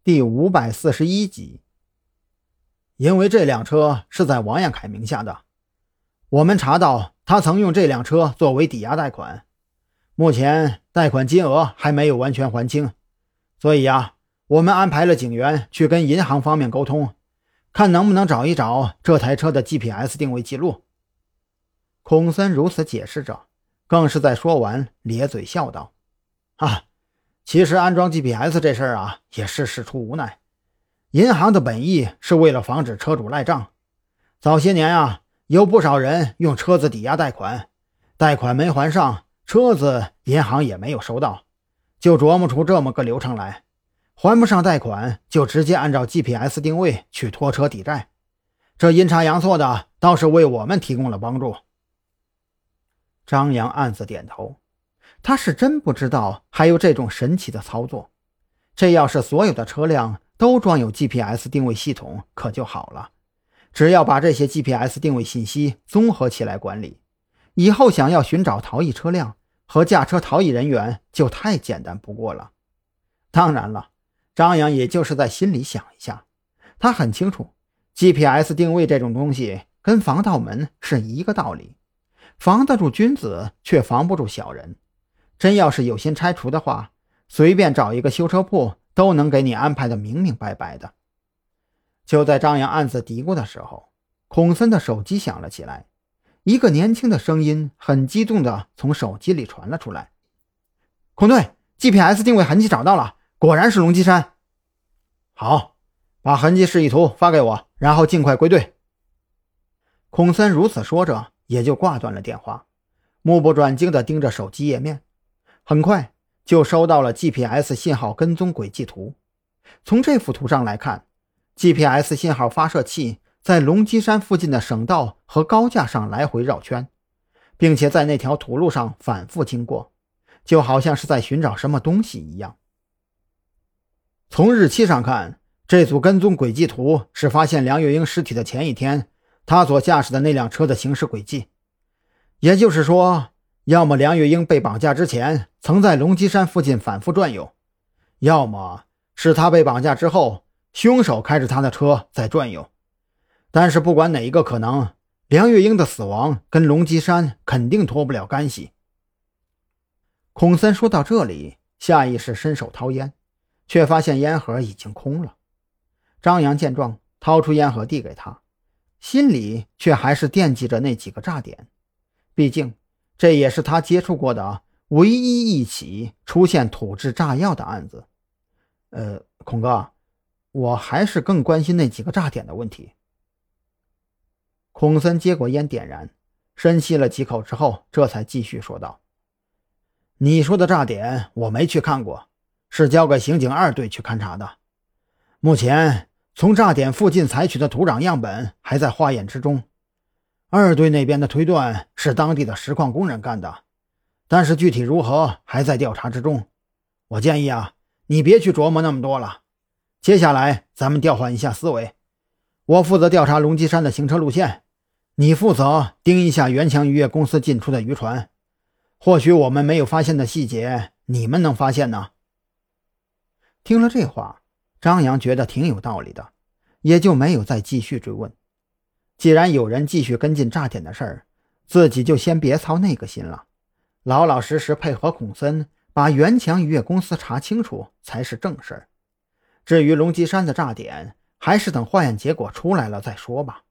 第541集。因为这辆车是在王彦凯名下的，我们查到他曾用这辆车作为抵押贷款，目前贷款金额还没有完全还清，所以我们安排了警员去跟银行方面沟通，看能不能找一找这台车的 GPS 定位记录。孔森如此解释着，更是在说完咧嘴笑道：其实安装 GPS 这事儿也是事出无奈。银行的本意是为了防止车主赖账。早些年有不少人用车子抵押贷款，贷款没还上，车子银行也没有收到，就琢磨出这么个流程来。还不上贷款，就直接按照 GPS 定位去拖车抵债。这阴差阳错的倒是为我们提供了帮助。张扬暗自点头，他是真不知道还有这种神奇的操作。这要是所有的车辆都装有 GPS 定位系统可就好了，只要把这些 GPS 定位信息综合起来管理，以后想要寻找逃逸车辆和驾车逃逸人员就太简单不过了。当然了，张扬也就是在心里想一下，他很清楚 GPS 定位这种东西跟防盗门是一个道理，防得住君子却防不住小人。真要是有心拆除的话，随便找一个修车铺都能给你安排的明明白白的。就在张扬暗自嘀咕的时候，孔森的手机响了起来，一个年轻的声音很激动地从手机里传了出来：孔队， GPS 定位痕迹找到了，果然是龙脊山。好，把痕迹示意图发给我，然后尽快归队。孔森如此说着也就挂断了电话，目不转睛地盯着手机页面，很快就收到了 GPS 信号跟踪轨迹图。从这幅图上来看， GPS 信号发射器在龙脊山附近的省道和高架上来回绕圈，并且在那条土路上反复经过，就好像是在寻找什么东西一样。从日期上看，这组跟踪轨迹图是发现梁月英尸体的前一天他所驾驶的那辆车的行驶轨迹。也就是说，要么梁月英被绑架之前曾在龙脊山附近反复转悠，要么是他被绑架之后凶手开着他的车在转悠。但是不管哪一个可能，梁月英的死亡跟龙脊山肯定脱不了干系。孔森说到这里，下意识伸手掏烟，却发现烟盒已经空了。张扬见状，掏出烟盒递给他，心里却还是惦记着那几个炸点，毕竟这也是他接触过的唯一一起出现土制炸药的案子。孔哥，我还是更关心那几个炸点的问题。孔森接过烟点燃，深吸了几口之后，这才继续说道：你说的炸点我没去看过，是交给刑警2队去勘察的。目前从炸点附近采取的土壤样本还在化验之中，2队那边的推断是当地的石矿工人干的，但是具体如何还在调查之中。我建议你别去琢磨那么多了，接下来咱们调换一下思维，我负责调查龙脊山的行车路线，你负责盯一下元强渔业公司进出的渔船，或许我们没有发现的细节你们能发现呢。听了这话，张扬觉得挺有道理的，也就没有再继续追问。既然有人继续跟进炸点的事儿，自己就先别操那个心了，老老实实配合孔森把元强渔业公司查清楚才是正事儿。至于龙脊山的炸点，还是等化验结果出来了再说吧。